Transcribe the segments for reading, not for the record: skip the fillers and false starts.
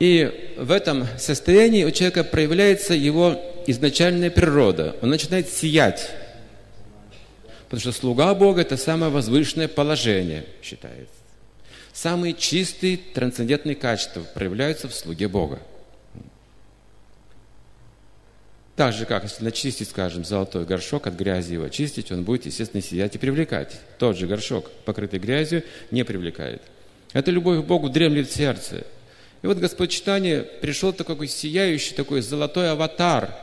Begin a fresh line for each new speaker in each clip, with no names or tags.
И в этом состоянии у человека проявляется его изначальная природа. Он начинает сиять. Потому что слуга Бога – это самое возвышенное положение, считается. Самые чистые трансцендентные качества проявляются в слуге Бога. Так же, как если начистить, скажем, золотой горшок, от грязи его очистить, он будет, естественно, сиять и привлекать. Тот же горшок, покрытый грязью, не привлекает. Эта любовь к Богу дремлет в сердце. И вот Господь Чайтанья пришел такой сияющий, такой золотой аватар.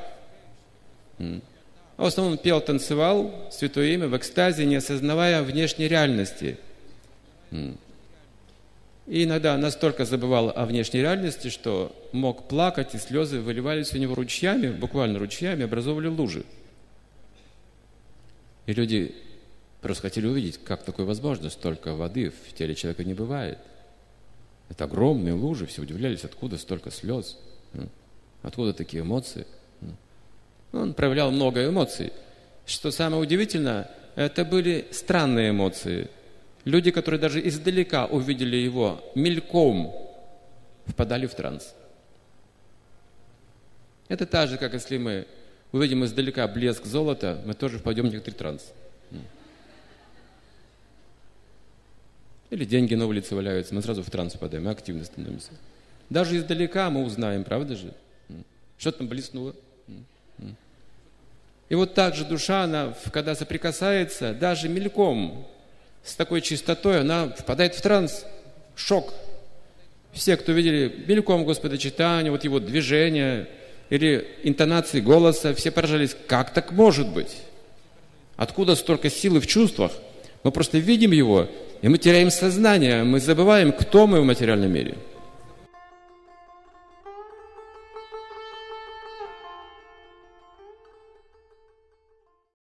В основном пел, танцевал святое имя в экстазе, не осознавая внешней реальности. И иногда настолько забывал о внешней реальности, что мог плакать, и слезы выливались у него ручьями, буквально ручьями, образовывали лужи. И люди просто хотели увидеть, как такое возможно, столько воды в теле человека не бывает. Это огромные лужи, все удивлялись, откуда столько слез, откуда такие эмоции. Он проявлял много эмоций. Что самое удивительное, это были странные эмоции. Люди, которые даже издалека увидели его мельком, впадали в транс. Это так же, как если мы увидим издалека блеск золота, мы тоже впадем в некоторый транс. Или деньги на улице валяются, мы сразу в транс впадаем, мы активно становимся. Даже издалека мы узнаем, правда же? Что там блеснуло? И вот так же душа, она, когда соприкасается, даже мельком, с такой чистотой, она впадает в транс, шок. Все, кто видели мельком Господа Чайтанью, вот его движения или интонации голоса, все поражались, как так может быть? Откуда столько силы в чувствах? Мы просто видим его, и мы теряем сознание, мы забываем, кто мы в материальном мире.